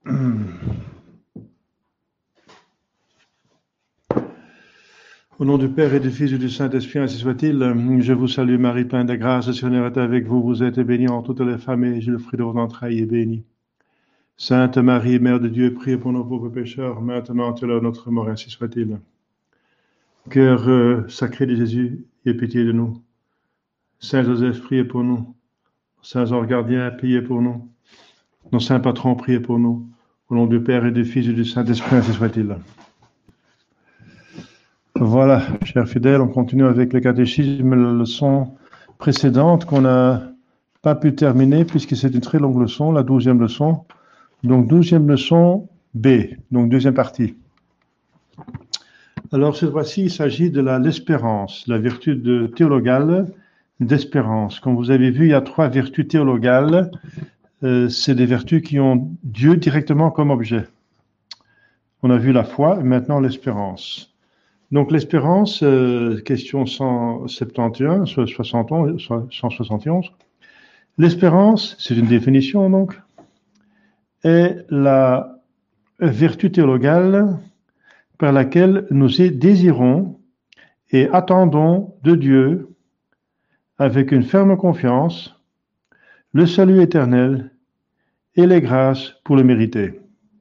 Au nom du Père et du Fils et du Saint-Esprit, ainsi soit-il. Je vous salue Marie, pleine de grâce, le Seigneur est avec vous. Vous êtes bénie entre toutes les femmes et le fruit de vos entrailles est béni. Sainte Marie, Mère de Dieu, priez pour nos pauvres pécheurs, maintenant et à l'heure de notre mort, ainsi soit-il. Cœur sacré de Jésus, ayez pitié de nous. Saint Joseph, priez pour nous. Saint Ange gardien, priez pour nous. Nos saints patrons, priez pour nous. Au nom du Père et du Fils et du Saint-Esprit, ainsi soit-il. Voilà, chers fidèles, on continue avec le catéchisme, la leçon précédente qu'on n'a pas pu terminer puisque c'est une très longue leçon, la 12e leçon. Donc 12e leçon B, donc deuxième partie. Alors cette fois-ci, il s'agit de l'espérance, la vertu théologale d'espérance. Comme vous avez vu, il y a 3 vertus théologales. C'est des vertus qui ont Dieu directement comme objet. On a vu la foi et maintenant l'espérance. Donc l'espérance, question 171, 171. L'espérance, c'est une définition donc, est la vertu théologale par laquelle nous désirons et attendons de Dieu avec une ferme confiance le salut éternel et les grâces pour le mériter.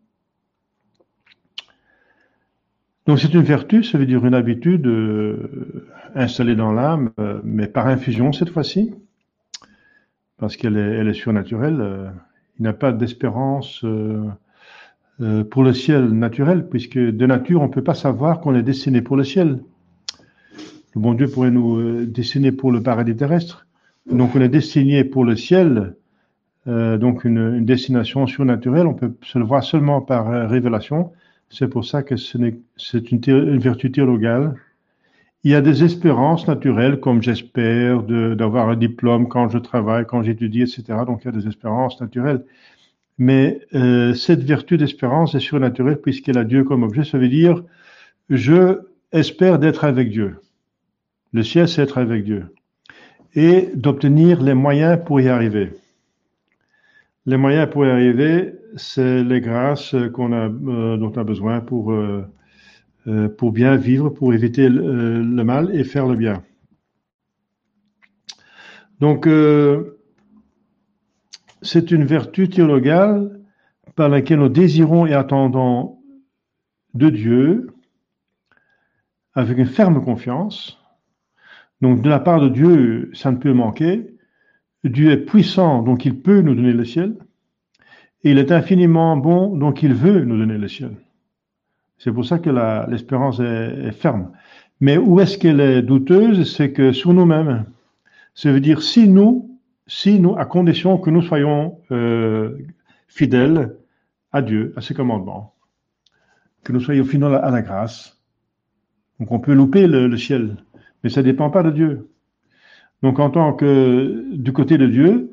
Donc c'est une vertu, ça veut dire une habitude installée dans l'âme, mais par infusion cette fois-ci, parce qu'elle est surnaturelle. Il n'y a pas d'espérance pour le ciel naturel, puisque de nature on ne peut pas savoir qu'on est destiné pour le ciel. Le bon Dieu pourrait nous destiner pour le paradis terrestre, donc on est destiné pour le ciel, donc une destination surnaturelle, on peut se le voir seulement par révélation. C'est pour ça que c'est une vertu théologale. Il y a des espérances naturelles, comme j'espère d'avoir un diplôme quand je travaille, quand j'étudie, etc. Donc il y a des espérances naturelles. Mais cette vertu d'espérance est surnaturelle puisqu'elle a Dieu comme objet. Ça veut dire, je espère d'être avec Dieu. Le ciel, c'est être avec Dieu. Et d'obtenir les moyens pour y arriver. Les moyens pour y arriver, c'est les grâces dont on a besoin pour bien vivre, pour éviter le mal et faire le bien. Donc, c'est une vertu théologale par laquelle nous désirons et attendons de Dieu avec une ferme confiance. Donc, de la part de Dieu, ça ne peut manquer. Dieu est puissant, donc il peut nous donner le ciel. Et il est infiniment bon, donc il veut nous donner le ciel. C'est pour ça que l'espérance est ferme. Mais où est-ce qu'elle est douteuse? C'est que sur nous-mêmes. Ça veut dire si nous, à condition que nous soyons fidèles à Dieu, à ses commandements, que nous soyons fidèles à la grâce. Donc on peut louper le ciel, mais ça ne dépend pas de Dieu. Donc en tant que du côté de Dieu,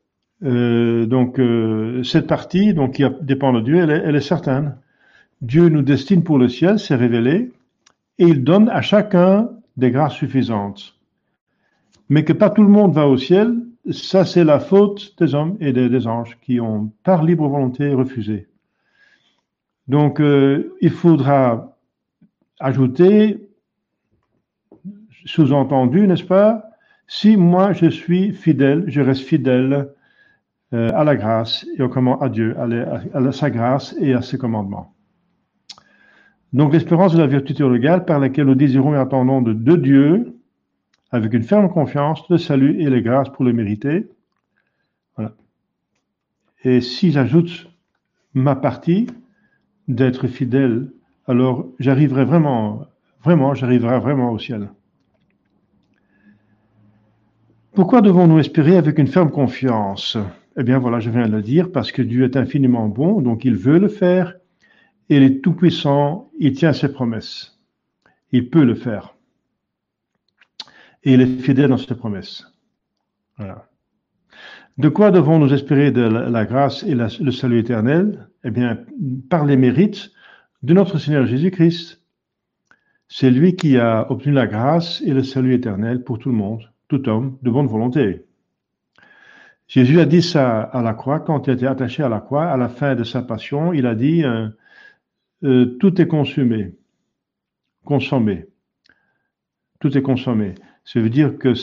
cette partie donc qui dépend de Dieu, elle est certaine. Dieu nous destine pour le ciel, c'est révélé, et il donne à chacun des grâces suffisantes. Mais que pas tout le monde va au ciel, ça c'est la faute des hommes et des anges qui ont par libre volonté refusé. Donc il faudra ajouter, sous-entendu, n'est-ce pas, si moi je suis fidèle, je reste fidèle à la grâce et à Dieu, à sa grâce et à ses commandements. Donc l'espérance de la vertu théologale par laquelle nous désirons et attendons de Dieu, avec une ferme confiance, le salut et les grâces pour le mériter. Voilà. Et si j'ajoute ma partie d'être fidèle, alors j'arriverai vraiment au ciel. Pourquoi devons-nous espérer avec une ferme confiance? Eh bien voilà, je viens de le dire, parce que Dieu est infiniment bon, donc il veut le faire, et il est tout-puissant, il tient ses promesses. Il peut le faire. Et il est fidèle dans ses promesses. Voilà. De quoi devons-nous espérer de la grâce et le salut éternel? Eh bien, par les mérites de notre Seigneur Jésus-Christ. C'est lui qui a obtenu la grâce et le salut éternel pour tout le monde, tout homme de bonne volonté. Jésus a dit ça à la croix, quand il était attaché à la croix, à la fin de sa passion, il a dit tout est consumé, consommé, tout est consommé. Ça veut dire que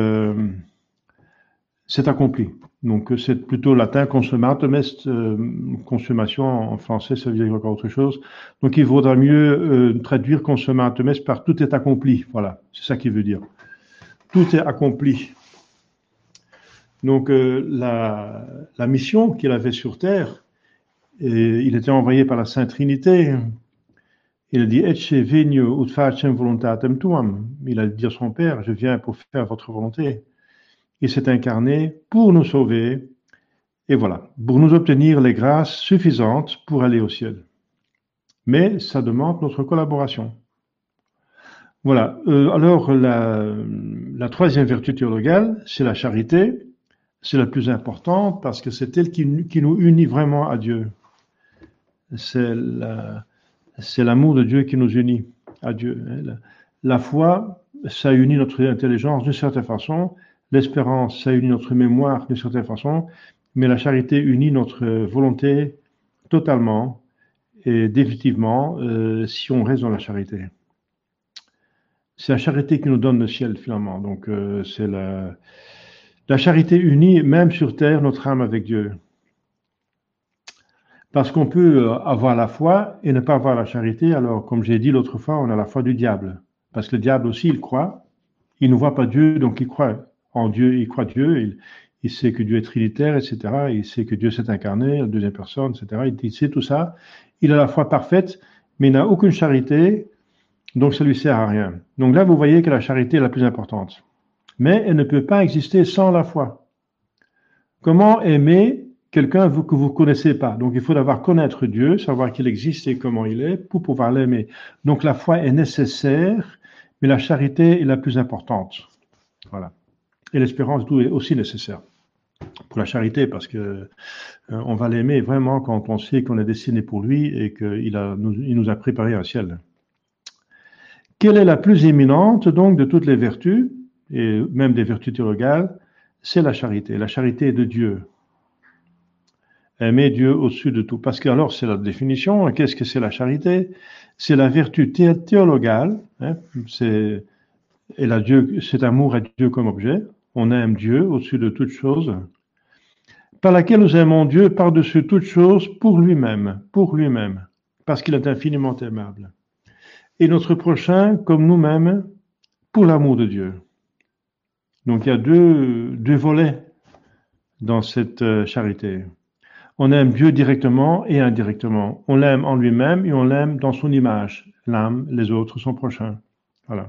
c'est accompli. Donc c'est plutôt latin consummatum est, consommation en français, ça veut dire encore autre chose. Donc il vaudra mieux traduire consummatum est par tout est accompli. Voilà, c'est ça qu'il veut dire. Tout est accompli. Donc la mission qu'il avait sur terre, et il était envoyé par la Sainte Trinité. Il a dit Ecce venio ut facem voluntatem tuam. Il a dit à son Père, je viens pour faire votre volonté. Il s'est incarné pour nous sauver, et voilà, pour nous obtenir les grâces suffisantes pour aller au ciel. Mais ça demande notre collaboration. Voilà. Alors, la troisième vertu théologale, c'est la charité. C'est la plus importante parce que c'est elle qui nous unit vraiment à Dieu. C'est l'amour de Dieu qui nous unit à Dieu. La foi, ça unit notre intelligence d'une certaine façon. L'espérance, ça unit notre mémoire d'une certaine façon. Mais la charité unit notre volonté totalement et définitivement si on reste dans la charité. C'est la charité qui nous donne le ciel finalement. Donc c'est la charité unit même sur terre notre âme avec Dieu. Parce qu'on peut avoir la foi et ne pas avoir la charité. Alors, comme j'ai dit l'autre fois, on a la foi du diable. Parce que le diable aussi, il croit. Il ne voit pas Dieu, donc il croit en Dieu. Il croit Dieu. Il sait que Dieu est trinitaire, etc. Il sait que Dieu s'est incarné, la deuxième personne, etc. Il sait tout ça. Il a la foi parfaite, mais il n'a aucune charité, donc ça lui sert à rien. Donc là, vous voyez que la charité est la plus importante. Mais elle ne peut pas exister sans la foi. Comment aimer quelqu'un que vous ne connaissez pas? Donc il faut d'abord connaître Dieu, savoir qu'il existe et comment il est, pour pouvoir l'aimer. Donc la foi est nécessaire, mais la charité est la plus importante. Voilà. Et l'espérance est aussi nécessaire pour la charité, parce que on va l'aimer vraiment quand on sait qu'on est destiné pour lui et qu'il nous a préparé un ciel. Quelle est la plus éminente donc de toutes les vertus, et même des vertus théologales? C'est la charité. La charité est de Dieu. Aimer Dieu au-dessus de tout. Parce que alors c'est la définition. Qu'est-ce que c'est la charité? C'est la vertu théologale. Hein, c'est amour à Dieu comme objet. On aime Dieu au-dessus de toute chose. Par laquelle nous aimons Dieu par-dessus toute chose pour lui-même. Parce qu'il est infiniment aimable. Et notre prochain comme nous-mêmes pour l'amour de Dieu. Donc il y a deux volets dans cette charité. On aime Dieu directement et indirectement. On l'aime en lui-même et on l'aime dans son image. L'âme, les autres, son prochain. Voilà.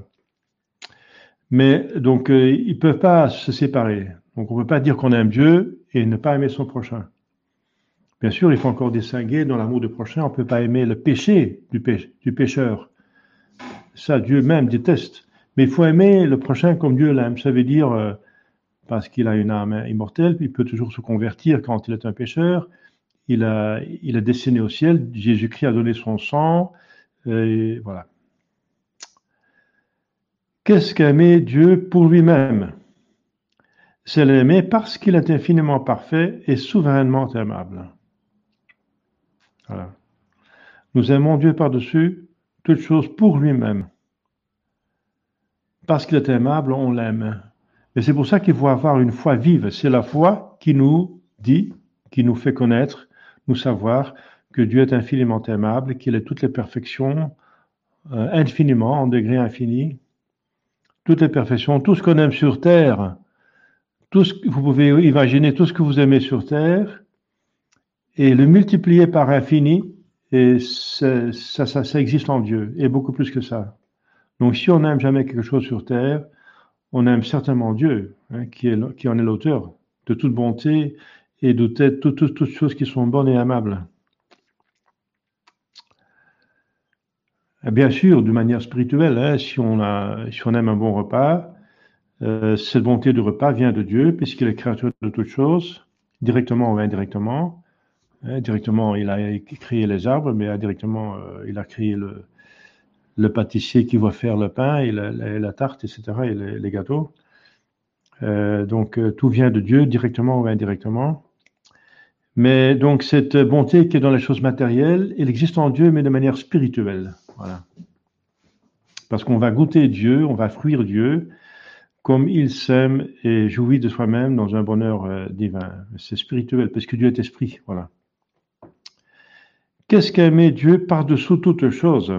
Mais donc, ils ne peuvent pas se séparer. Donc, on ne peut pas dire qu'on aime Dieu et ne pas aimer son prochain. Bien sûr, il faut encore distinguer dans l'amour du prochain. On ne peut pas aimer le péché du pécheur. Ça, Dieu même déteste. Mais il faut aimer le prochain comme Dieu l'aime. Ça veut dire, parce qu'il a une âme immortelle, il peut toujours se convertir quand il est un pécheur. Il est destiné au ciel. Jésus-Christ a donné son sang. Et voilà. Qu'est-ce qu'aimer Dieu pour lui-même? C'est l'aimer parce qu'il est infiniment parfait et souverainement aimable. Voilà. Nous aimons Dieu par-dessus toute chose pour lui-même. Parce qu'il est aimable, on l'aime. Et c'est pour ça qu'il faut avoir une foi vive. C'est la foi qui nous dit, qui nous fait connaître, nous savoir que Dieu est infiniment aimable, qu'il est toutes les perfections, infiniment, en degré infini, toutes les perfections, tout ce qu'on aime sur terre, vous pouvez imaginer tout ce que vous aimez sur terre et le multiplier par infini, et ça existe en Dieu, et beaucoup plus que ça. Donc si on n'aime jamais quelque chose sur terre, on aime certainement Dieu, hein, qui en est l'auteur de toute bonté et de toutes choses qui sont bonnes et aimables. Et bien sûr, de manière spirituelle, hein, si on aime un bon repas, cette bonté du repas vient de Dieu, puisqu'il est créateur de toutes choses, directement ou indirectement. Hein, directement, il a créé les arbres, mais indirectement, il a créé le pâtissier qui va faire le pain et la tarte, etc., et les gâteaux. Donc tout vient de Dieu, directement ou indirectement. Mais donc cette bonté qui est dans les choses matérielles, elle existe en Dieu, mais de manière spirituelle. Voilà. Parce qu'on va goûter Dieu, on va fruire Dieu, comme il s'aime et jouit de soi-même dans un bonheur divin. C'est spirituel, parce que Dieu est esprit. Voilà. Qu'est-ce qu'aimer Dieu par-dessous toute chose?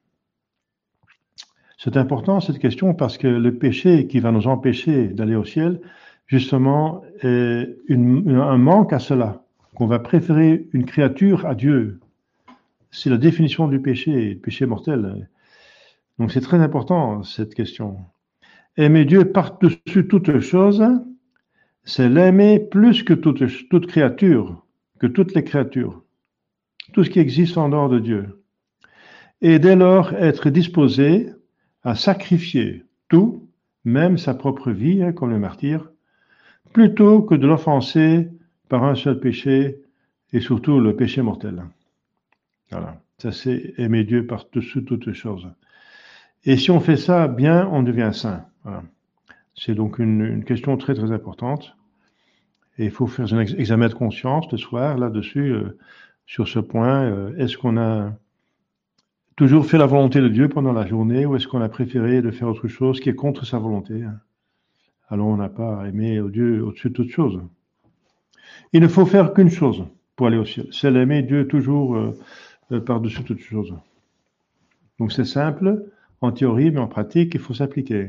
C'est important cette question parce que le péché qui va nous empêcher d'aller au ciel, justement, est un manque à cela, qu'on va préférer une créature à Dieu. C'est la définition du péché, le péché mortel. Donc c'est très important cette question. Aimer Dieu par-dessus toute chose, c'est l'aimer plus que toute créature, que toutes les créatures, tout ce qui existe en dehors de Dieu. Et dès lors être disposé à sacrifier tout, même sa propre vie, comme le martyr, plutôt que de l'offenser par un seul péché, et surtout le péché mortel. Voilà, ça c'est aimer Dieu par-dessus toutes choses. Et si on fait ça bien, on devient saint. Voilà. C'est donc une question très très importante. Et il faut faire un examen de conscience ce soir là-dessus, sur ce point. Est-ce qu'on a toujours fait la volonté de Dieu pendant la journée ou est-ce qu'on a préféré de faire autre chose qui est contre sa volonté? Alors on n'a pas aimé Dieu au-dessus de toute chose. Il ne faut faire qu'une chose pour aller au ciel, c'est l'aimer Dieu toujours par-dessus toute chose. Donc c'est simple en théorie, mais en pratique, il faut s'appliquer.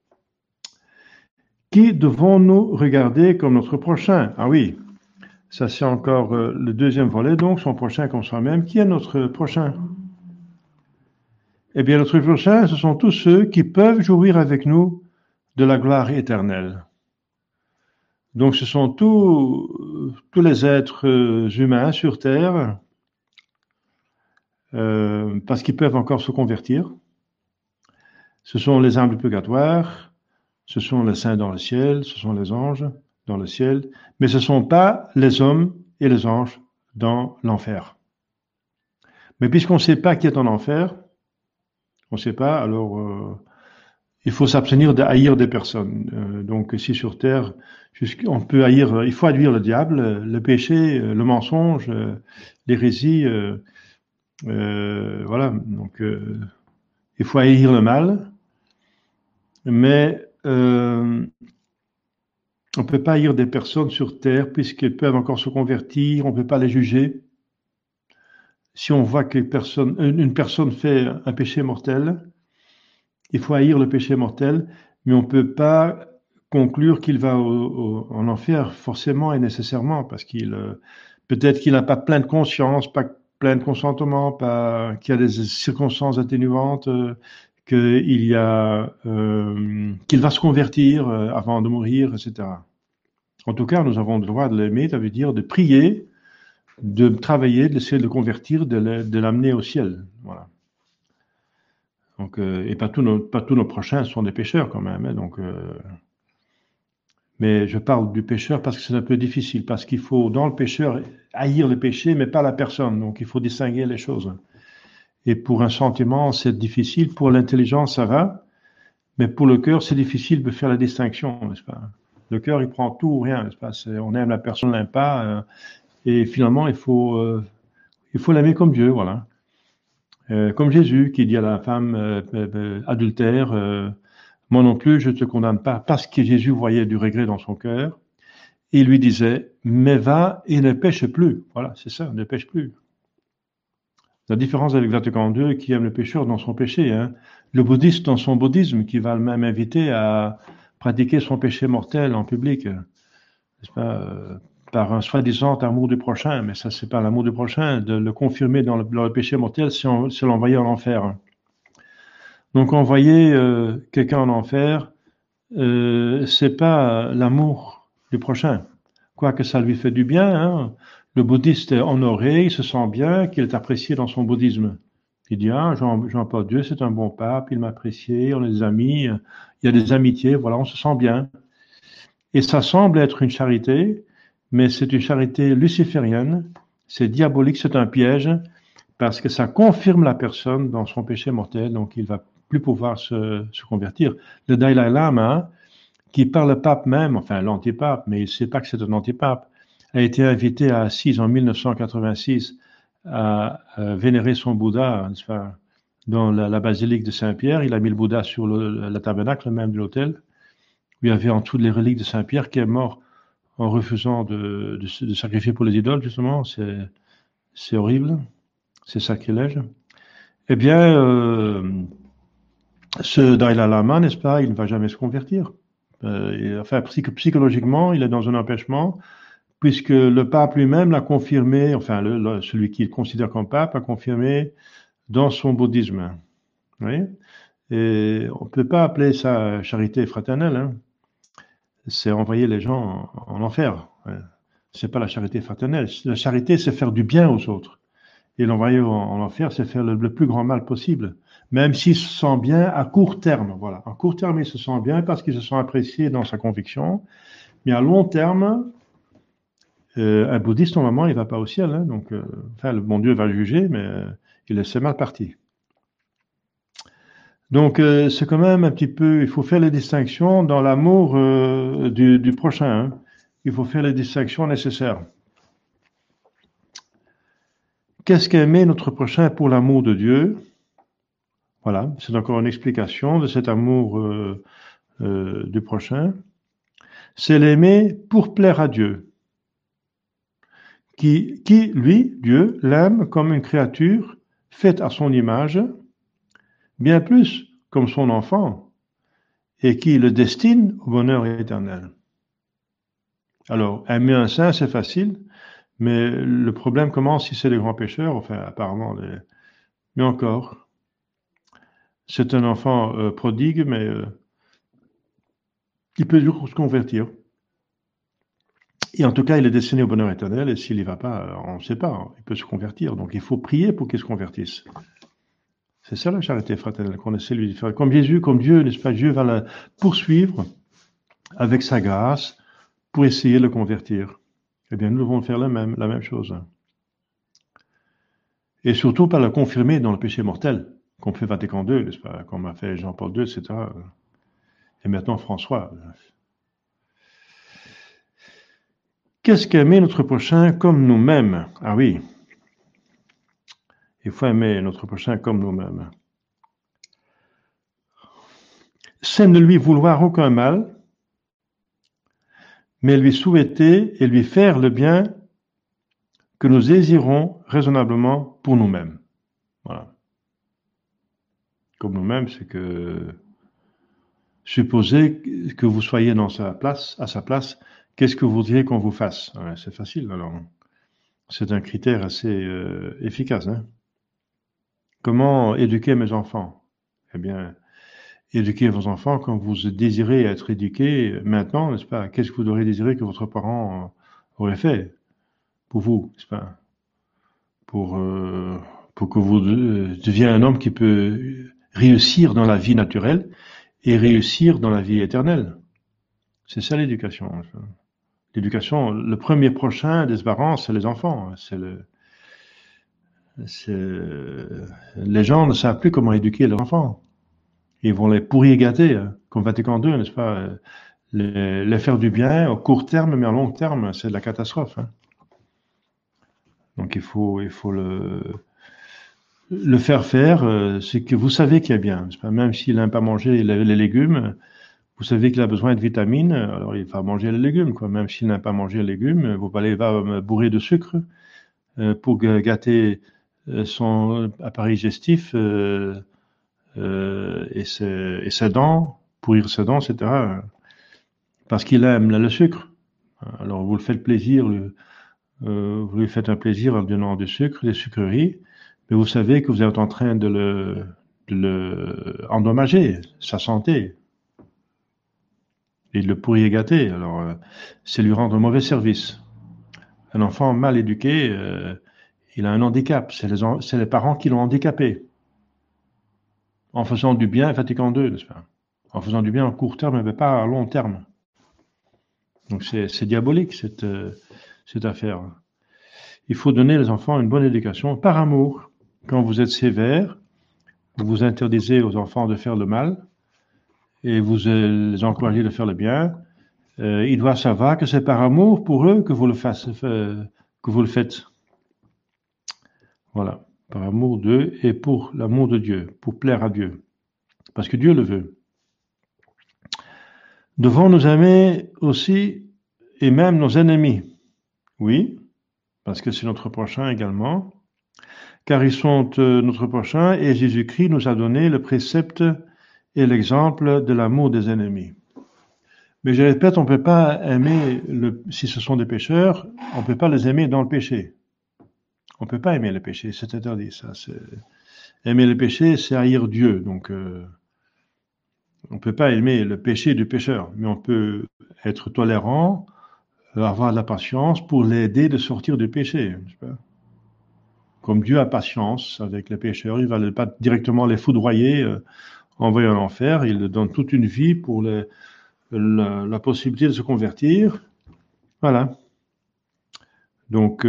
Qui devons-nous regarder comme notre prochain? Ah oui, ça c'est encore le deuxième volet, donc son prochain comme soi-même. Qui est notre prochain? Eh bien, notre prochain, ce sont tous ceux qui peuvent jouir avec nous de la gloire éternelle. Donc ce sont tous les êtres humains sur Terre, parce qu'ils peuvent encore se convertir. Ce sont les âmes du purgatoire, ce sont les saints dans le ciel, ce sont les anges dans le ciel, mais ce ne sont pas les hommes et les anges dans l'enfer. Mais puisqu'on ne sait pas qui est en enfer, on ne sait pas, alors il faut s'abstenir de haïr des personnes. Donc si sur Terre, on peut haïr, il faut haïr le diable, le péché, le mensonge, l'hérésie, voilà. Donc il faut haïr le mal, mais on ne peut pas haïr des personnes sur Terre puisqu'elles peuvent encore se convertir, on ne peut pas les juger. Si on voit qu'une personne fait un péché mortel, il faut haïr le péché mortel, mais on ne peut pas conclure qu'il va en enfer forcément et nécessairement, parce qu'il peut-être qu'il n'a pas plein de conscience, pas plein de consentement, pas qu'il y a des circonstances atténuantes, qu'il va se convertir avant de mourir, etc. En tout cas, nous avons le droit de l'aimer, ça veut dire de prier, de travailler, d'essayer de le convertir, de l'amener au ciel. Voilà. Donc, et pas tous nos prochains sont des pécheurs quand même. Hein, donc, mais je parle du pécheur parce que c'est un peu difficile, parce qu'il faut, dans le pécheur, haïr le péché, mais pas la personne. Donc, il faut distinguer les choses. Et pour un sentiment, c'est difficile. Pour l'intelligence, ça va. Mais pour le cœur, c'est difficile de faire la distinction, n'est-ce pas? Le cœur, il prend tout ou rien, n'est-ce pas? On aime la personne, on l'aime pas. Et finalement, il faut l'aimer comme Dieu, voilà. Comme Jésus qui dit à la femme adultère, moi non plus, je ne te condamne pas, parce que Jésus voyait du regret dans son cœur. Et il lui disait, mais va et ne pêche plus. Voilà, c'est ça, ne pêche plus. La différence avec Vatican II qui aime le pécheur dans son péché, hein. Le bouddhiste dans son bouddhisme qui va même inviter à pratiquer son péché mortel en public, n'est-ce pas, par un soi-disant amour du prochain, mais ça c'est pas l'amour du prochain, de le confirmer dans le péché mortel, c'est l'envoyer en enfer. Donc envoyer quelqu'un en enfer, c'est pas l'amour du prochain, quoique ça lui fait du bien. Hein. Le bouddhiste est honoré, il se sent bien qu'il est apprécié dans son bouddhisme. Il dit, ah, Jean-Paul II, c'est un bon pape, il m'apprécie, on est des amis, il y a des amitiés, voilà, on se sent bien. Et ça semble être une charité, mais c'est une charité luciférienne, c'est diabolique, c'est un piège, parce que ça confirme la personne dans son péché mortel, donc il va plus pouvoir se convertir. Le Dalai Lama, qui par le pape même, enfin l'antipape, mais il ne sait pas que c'est un antipape, a été invité à Assise en 1986 à vénérer son Bouddha, n'est-ce pas, dans la basilique de Saint-Pierre. Il a mis le Bouddha sur la tabernacle même de l'hôtel. Il y avait en dessous les reliques de Saint-Pierre qui est mort en refusant de sacrifier pour les idoles, justement. C'est horrible, c'est sacrilège. Eh bien, ce Dalai Lama, n'est-ce pas, il ne va jamais se convertir. Enfin, psychologiquement, il est dans un empêchement, puisque le pape lui-même l'a confirmé, enfin, celui qu'il considère comme pape a confirmé dans son bouddhisme. Oui. Et on ne peut pas appeler ça charité fraternelle, hein. C'est envoyer les gens en enfer. C'est pas la charité fraternelle. La charité, c'est faire du bien aux autres. Et l'envoyer en enfer, c'est faire le plus grand mal possible. Même s'il se sent bien à court terme. Voilà. À court terme, il se sent bien parce qu'il se sent apprécié dans sa conviction. Mais à long terme, un bouddhiste, normalement, il ne va pas au ciel. Hein. Donc, enfin, le bon Dieu va le juger, mais il est mal parti. Donc, c'est quand même un petit peu, il faut faire les distinctions dans l'amour du prochain. Hein. Il faut faire les distinctions nécessaires. Qu'est-ce qu'aimer notre prochain pour l'amour de Dieu? Voilà, c'est encore une explication de cet amour du prochain. C'est l'aimer pour plaire à Dieu, qui lui, Dieu, l'aime comme une créature faite à son image, bien plus comme son enfant, et qui le destine au bonheur éternel. Alors, aimer un saint, c'est facile, mais le problème commence si c'est les grands pécheurs, enfin, apparemment, mais encore. C'est un enfant prodigue, mais il peut toujours se convertir. Et en tout cas, il est destiné au bonheur éternel, et s'il n'y va pas, on ne sait pas, hein, il peut se convertir. Donc, il faut prier pour qu'il se convertisse. C'est ça la charité fraternelle, qu'on essaie de lui faire. Comme Jésus, comme Dieu, n'est-ce pas, Dieu va la poursuivre avec sa grâce pour essayer de le convertir. Eh bien, nous devons faire la même chose. Et surtout pas le confirmer dans le péché mortel, comme fait Vatican II, n'est-ce pas, comme a fait Jean-Paul II, etc. Et maintenant François. Qu'est-ce qu'aimer notre prochain comme nous-mêmes? Ah oui, il faut aimer notre prochain comme nous-mêmes. C'est ne lui vouloir aucun mal, mais lui souhaiter et lui faire le bien que nous désirons raisonnablement pour nous-mêmes. Voilà. Comme nous-mêmes, c'est que supposez que vous soyez à sa place, qu'est-ce que vous voudriez qu'on vous fasse? Ouais, c'est facile, alors. C'est un critère assez efficace. Hein. Comment éduquer mes enfants? Eh bien, éduquez vos enfants quand vous désirez être éduqués maintenant, n'est-ce pas? Qu'est-ce que vous auriez désiré que votre parent aurait fait pour vous, n'est-ce pas? Pour que vous deveniez un homme qui peut réussir dans la vie naturelle et réussir dans la vie éternelle. C'est ça l'éducation. L'éducation, le premier prochain des parents, c'est les enfants. Les gens ne savent plus comment éduquer leurs enfants. Ils vont les pourrir gâter, comme Vatican II, n'est-ce pas? Les faire du bien au court terme, mais à long terme, c'est de la catastrophe. Hein. Donc il faut le faire faire ce que vous savez qu'il y a bien. Pas? Même s'il n'aime pas manger les légumes, vous savez qu'il a besoin de vitamines, alors il va manger les légumes. Quoi. Même s'il n'aime pas manger les légumes, vous allez me bourrer de sucre pour gâter son appareil digestif et ses dents, pourrir ses dents, etc. Parce qu'il aime le sucre. Alors vous le faites plaisir, vous lui faites un plaisir en lui donnant du sucre, des sucreries, mais vous savez que vous êtes en train de le endommager, sa santé, et de le pourrir gâter. Alors c'est lui rendre un mauvais service. Un enfant mal éduqué, il a un handicap. C'est les parents qui l'ont handicapé. En faisant du bien, Vatican II, n'est-ce pas? En faisant du bien à court terme, mais pas à long terme. Donc c'est diabolique cette affaire. Il faut donner aux enfants une bonne éducation par amour. Quand vous êtes sévère, vous interdisez aux enfants de faire le mal, et vous les encouragez de faire le bien, ils doivent savoir que c'est par amour pour eux que que vous le faites. Voilà, par amour d'eux et pour l'amour de Dieu, pour plaire à Dieu, parce que Dieu le veut. Devons nous aimer aussi et même nos ennemis. Oui, parce que c'est notre prochain également, car ils sont notre prochain et Jésus-Christ nous a donné le précepte et l'exemple de l'amour des ennemis. Mais je répète, on ne peut pas aimer, si ce sont des pécheurs, on ne peut pas les aimer dans le péché. On ne peut pas aimer le péché, c'est interdit. Ça, aimer le péché, c'est haïr Dieu. Donc, on ne peut pas aimer le péché du pécheur, mais on peut être tolérant, avoir de la patience pour l'aider de sortir du péché. Comme Dieu a patience avec les pécheurs, il ne va pas directement les foudroyer, envoyer en enfer, il leur donne toute une vie pour la possibilité de se convertir. Voilà. Donc,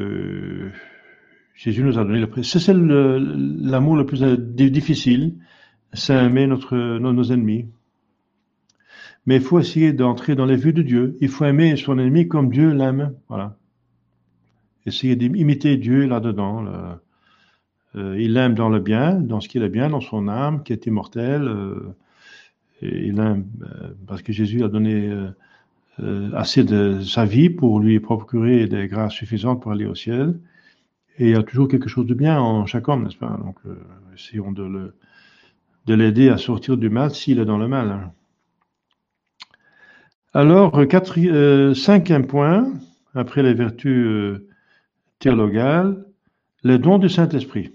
Jésus nous a donné le précepte. C'est l'amour le plus difficile, c'est aimer nos ennemis. Mais il faut essayer d'entrer dans les vues de Dieu. Il faut aimer son ennemi comme Dieu l'aime. Voilà. Essayer d'imiter Dieu là-dedans. Il l'aime dans le bien, dans ce qu'il est bien, dans son âme qui est immortelle. Et il aime parce que Jésus a donné assez de sa vie pour lui procurer des grâces suffisantes pour aller au ciel. Et il y a toujours quelque chose de bien en chaque homme, n'est-ce pas? Donc, essayons de l'aider à sortir du mal s'il est dans le mal. Alors, cinquième point, après les vertus théologales, les dons du Saint-Esprit.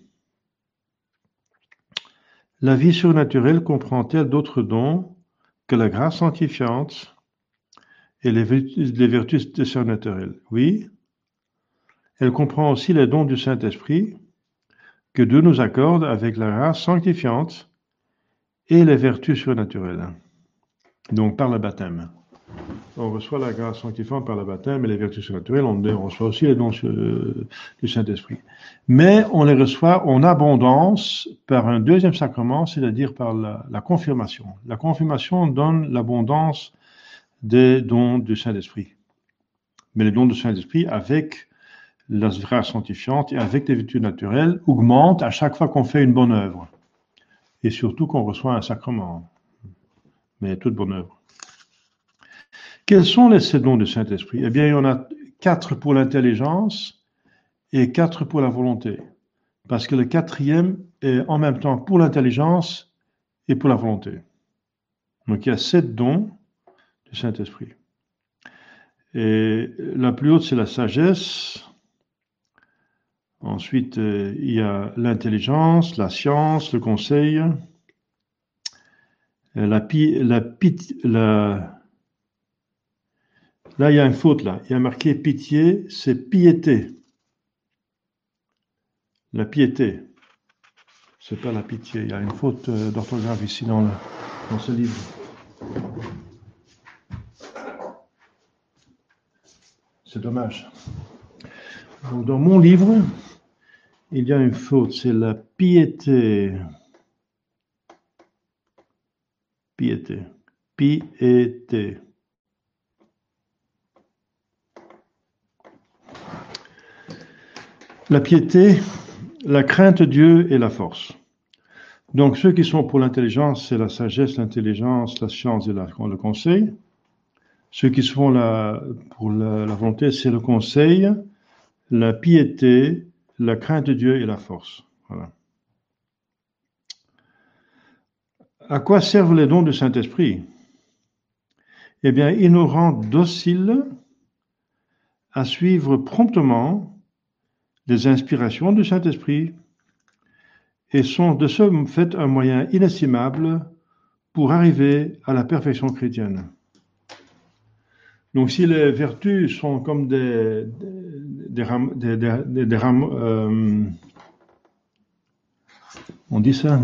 La vie surnaturelle comprend-elle d'autres dons que la grâce sanctifiante et les vertus surnaturelles? Oui, elle comprend aussi les dons du Saint-Esprit que Dieu nous accorde avec la grâce sanctifiante et les vertus surnaturelles, donc par le baptême. On reçoit la grâce sanctifiante par le baptême et les vertus surnaturelles, on reçoit aussi les dons du Saint-Esprit. Mais on les reçoit en abondance par un deuxième sacrement, c'est-à-dire par la confirmation. La confirmation donne l'abondance des dons du Saint-Esprit. Mais les dons du Saint-Esprit, avec la grâce sanctifiante et avec les vertus naturelles, augmentent à chaque fois qu'on fait une bonne œuvre. Et surtout qu'on reçoit un sacrement. Mais toute bonne œuvre. Quels sont ces dons du Saint-Esprit? Eh bien, il y en a 4 pour l'intelligence et 4 pour la volonté. Parce que le quatrième est en même temps pour l'intelligence et pour la volonté. Donc il y a 7 dons du Saint-Esprit. Et la plus haute, c'est la sagesse. Ensuite, il y a l'intelligence, la science, le conseil, là, il y a une faute, là. Il y a marqué pitié, c'est piété. La piété. C'est pas la pitié. Il y a une faute d'orthographe ici dans ce livre. C'est dommage. Donc, dans mon livre, il y a une faute. C'est la piété. Piété. Piété. La piété, la crainte de Dieu et la force. Donc, ceux qui sont pour l'intelligence, c'est la sagesse, l'intelligence, la science et le conseil. Ceux qui sont pour la volonté, c'est le conseil, la piété, la crainte de Dieu et la force. Voilà. À quoi servent les dons du Saint-Esprit? Eh bien, ils nous rendent dociles à suivre promptement les inspirations du Saint-Esprit et sont de ce fait un moyen inestimable pour arriver à la perfection chrétienne. Donc, si les vertus sont comme on dit ça,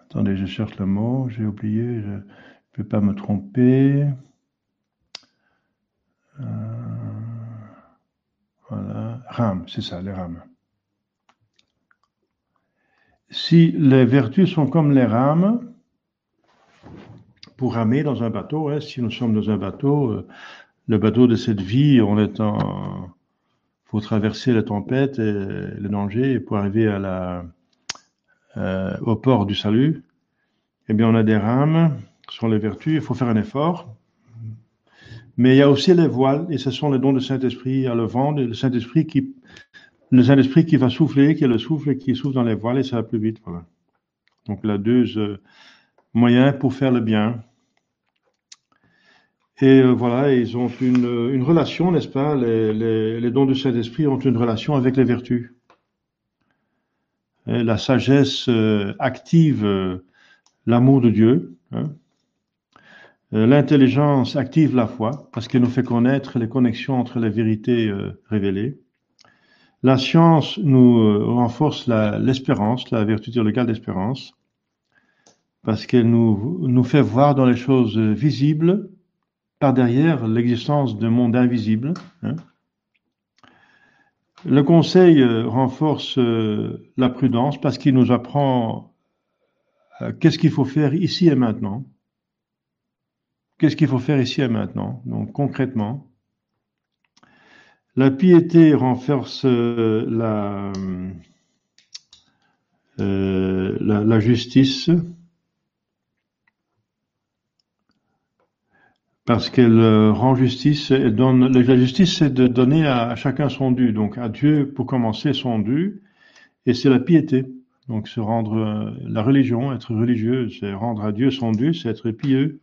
Attendez, je cherche le mot, j'ai oublié, je ne peux pas me tromper. Voilà, rames, c'est ça, les rames. Si les vertus sont comme les rames, pour ramer dans un bateau, hein, si nous sommes dans un bateau, le bateau de cette vie, faut traverser la tempête et le danger pour arriver au port du salut. Eh bien, on a des rames, ce sont les vertus, il faut faire un effort. Mais il y a aussi les voiles, et ce sont les dons du Saint-Esprit. Il y a le vent, le Saint-Esprit qui va souffler, qui est le souffle qui souffle dans les voiles, et ça va plus vite. Voilà. Donc, il y a deux moyens pour faire le bien. Et voilà, ils ont une relation, n'est-ce pas? Les dons du Saint-Esprit ont une relation avec les vertus. Et la sagesse active l'amour de Dieu. Hein. L'intelligence active la foi, parce qu'elle nous fait connaître les connexions entre les vérités révélées. La science nous renforce l'espérance, la vertu théologale d'espérance, parce qu'elle nous fait voir dans les choses visibles, par derrière l'existence d'un monde invisible. Hein. Le conseil renforce la prudence parce qu'il nous apprend qu'est-ce qu'il faut faire ici et maintenant. Qu'est-ce qu'il faut faire ici et maintenant, donc concrètement. La piété renforce la justice, parce qu'elle rend justice, elle donne, la justice, c'est de donner à chacun son dû, donc à Dieu pour commencer son dû, et c'est la piété. Donc se rendre, la religion, être religieux, c'est rendre à Dieu son dû, c'est être pieux.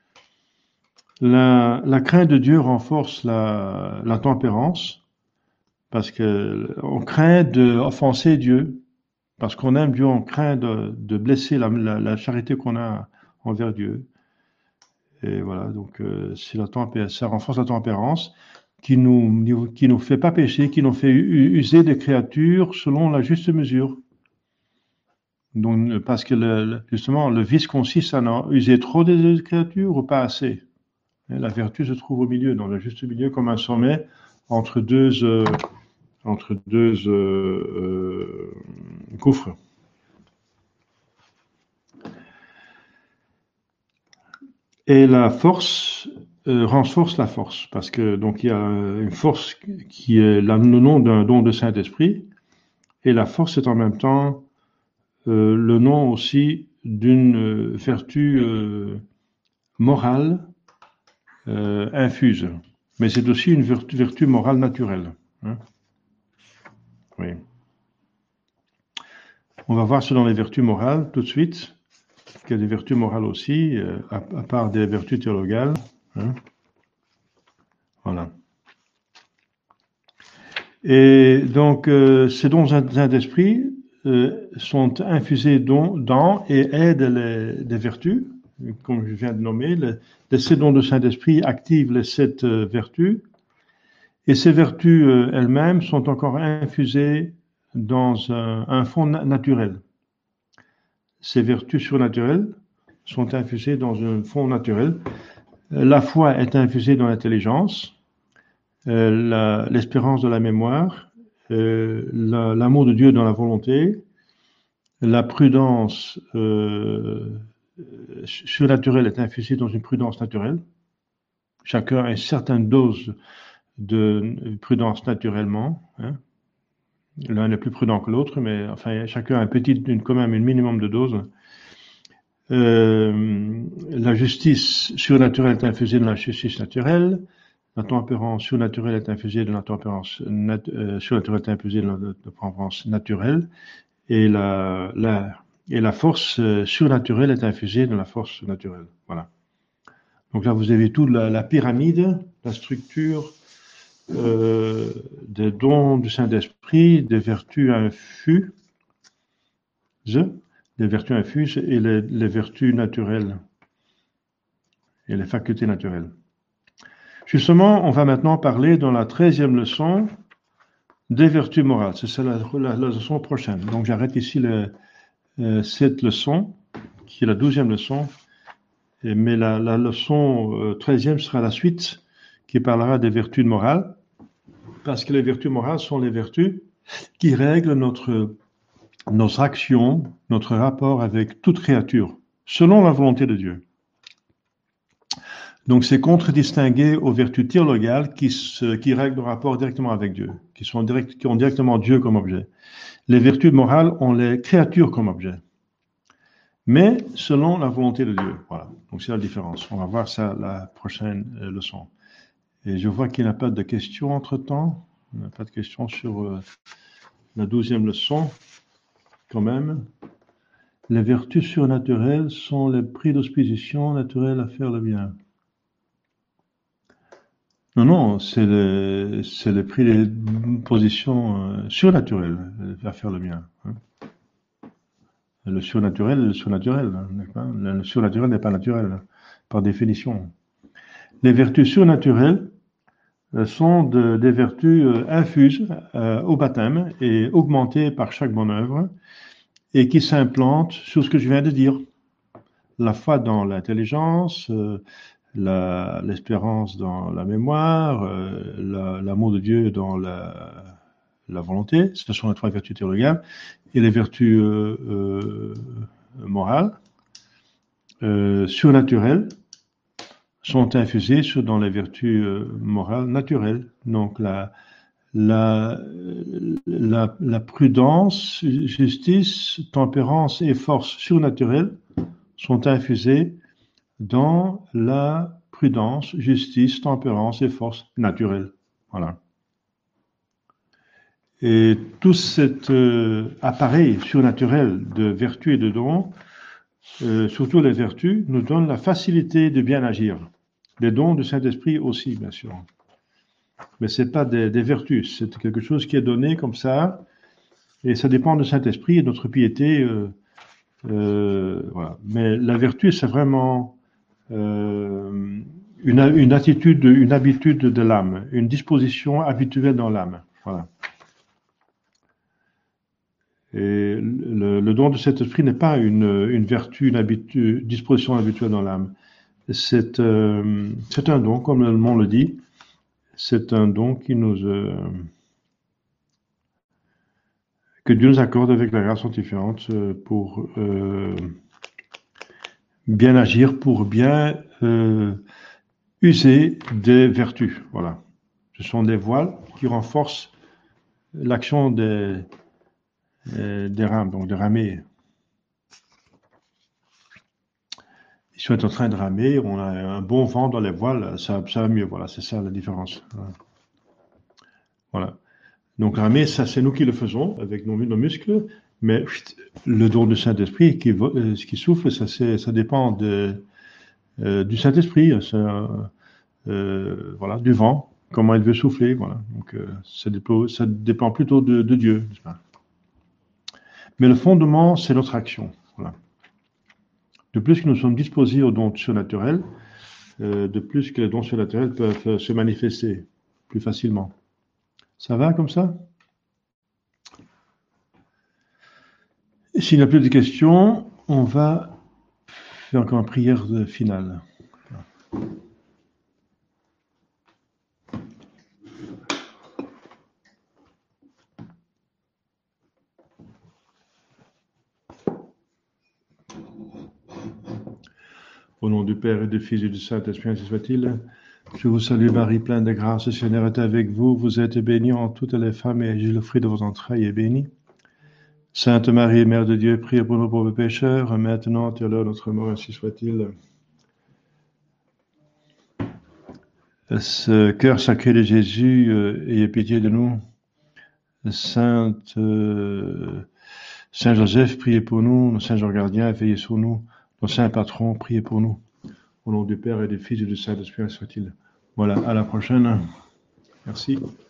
La crainte de Dieu renforce la tempérance, parce qu'on craint d'offenser Dieu, parce qu'on aime Dieu, on craint de blesser la charité qu'on a envers Dieu. Et voilà, donc ça renforce la tempérance qui nous fait pas pécher, qui nous fait user des créatures selon la juste mesure. Donc, parce que justement, le vice consiste à en user trop des créatures ou pas assez. Et la vertu se trouve au milieu, dans le juste milieu, comme un sommet entre deux gouffres. Et la force renforce la force, parce que donc il y a une force qui est le nom d'un don de Saint-Esprit, et la force est en même temps le nom aussi d'une vertu morale infuse. Mais c'est aussi une vertu morale naturelle. Hein. Oui. On va voir selon les vertus morales tout de suite. Il y a des vertus morales aussi, à part des vertus théologales. Hein. Voilà. Et donc, ces dons d'esprit sont infusés dans et aident les vertus, comme je viens de nommer. Ces dons de Saint-Esprit activent les 7 vertus, et ces vertus elles-mêmes sont encore infusées dans un fond naturel. Ces vertus surnaturelles sont infusées dans un fond naturel. La foi est infusée dans l'intelligence, l'espérance de la mémoire, l'amour de Dieu dans la volonté, la prudence surnaturelle est infusée dans une prudence naturelle. Chacun a une certaine dose de prudence naturellement. Hein. L'un est plus prudent que l'autre, mais enfin, chacun a quand même un minimum de dose. La justice surnaturelle est infusée dans la justice naturelle. La tempérance surnaturelle est infusée dans la tempérance surnaturelle est infusée dans la tempérance naturelle. Et la force surnaturelle est infusée dans la force naturelle. Voilà. Donc là, vous avez toute la pyramide, la structure des dons du Saint-Esprit, des vertus infuses, et les vertus naturelles et les facultés naturelles. Justement, on va maintenant parler dans la 13e leçon des vertus morales. C'est la leçon prochaine. Donc j'arrête ici cette leçon qui est la 12e leçon. Mais la leçon 13e sera la suite, qui parlera des vertus morales, parce que les vertus morales sont les vertus qui règlent notre action, notre rapport avec toute créature, selon la volonté de Dieu. Donc c'est contre-distingué aux vertus théologales qui règlent le rapport directement avec Dieu, qui ont directement Dieu comme objet. Les vertus morales ont les créatures comme objet, mais selon la volonté de Dieu. Voilà, donc c'est la différence. On va voir ça la prochaine leçon. Et je vois qu'il n'y a pas de questions entre-temps. Il n'y a pas de questions sur la 12e leçon, quand même. Les vertus surnaturelles sont les prix d'opposition naturels à faire le bien. Non, c'est le prix des positions surnaturelles à faire le bien. Hein. Le surnaturel, le surnaturel. Hein, le surnaturel n'est pas naturel, hein, par définition. Les vertus surnaturelles sont des vertus infuses au baptême et augmentées par chaque bonne œuvre et qui s'implantent sur ce que je viens de dire. La foi dans l'intelligence, l'espérance dans la mémoire, l'amour de Dieu dans la volonté, ce sont les trois vertus théologales, et les vertus morales, surnaturelles, sont infusées dans les vertus morales naturelles. Donc la prudence, justice, tempérance et force surnaturelles sont infusées dans la prudence, justice, tempérance et force naturelle. Voilà. Et tout cet appareil surnaturel de vertus et de dons, surtout les vertus, nous donne la facilité de bien agir. Les dons du Saint-Esprit aussi, bien sûr. Mais ce n'est pas des vertus, c'est quelque chose qui est donné comme ça, et ça dépend du Saint-Esprit et de notre piété. Voilà. Mais la vertu, c'est vraiment une attitude, une habitude de l'âme, une disposition habituelle dans l'âme. Voilà. Et le don de cet esprit n'est pas une vertu, une disposition habituelle dans l'âme. C'est un don, comme le monde le dit, c'est un don que Dieu nous accorde avec la grâce sanctifiante pour bien agir, pour bien user des vertus. Voilà. Ce sont des voiles qui renforcent l'action des rames, donc de ramer. Si on est en train de ramer, on a un bon vent dans les voiles, ça va mieux. Voilà, c'est ça la différence. Voilà. Donc ramer, ça c'est nous qui le faisons avec nos muscles, mais le don du Saint-Esprit qui souffle, ça dépend du Saint-Esprit, voilà, du vent, comment il veut souffler. Voilà. Donc ça dépend plutôt de Dieu. Mais le fondement, c'est notre action. Voilà. De plus que nous sommes disposés aux dons surnaturels, de plus que les dons surnaturels peuvent se manifester plus facilement. Ça va comme ça? Et s'il n'y a plus de questions, on va faire encore une prière finale. Au nom du Père et du Fils et du Saint-Esprit, ainsi soit-il. Je vous salue Marie, pleine de grâce, le Seigneur est avec vous. Vous êtes bénie en toutes les femmes et Jésus, le fruit de vos entrailles, est béni. Sainte Marie, Mère de Dieu, priez pour nos pauvres pécheurs, maintenant et à l'heure de notre mort, ainsi soit-il. Ce cœur sacré de Jésus, ayez pitié de nous. Saint Joseph, priez pour nous. Saint Jean Gardien, veillez sur nous. Nos saints patrons, priez pour nous. Au nom du Père et du Fils et du Saint-Esprit, soit-il. Voilà, à la prochaine. Merci.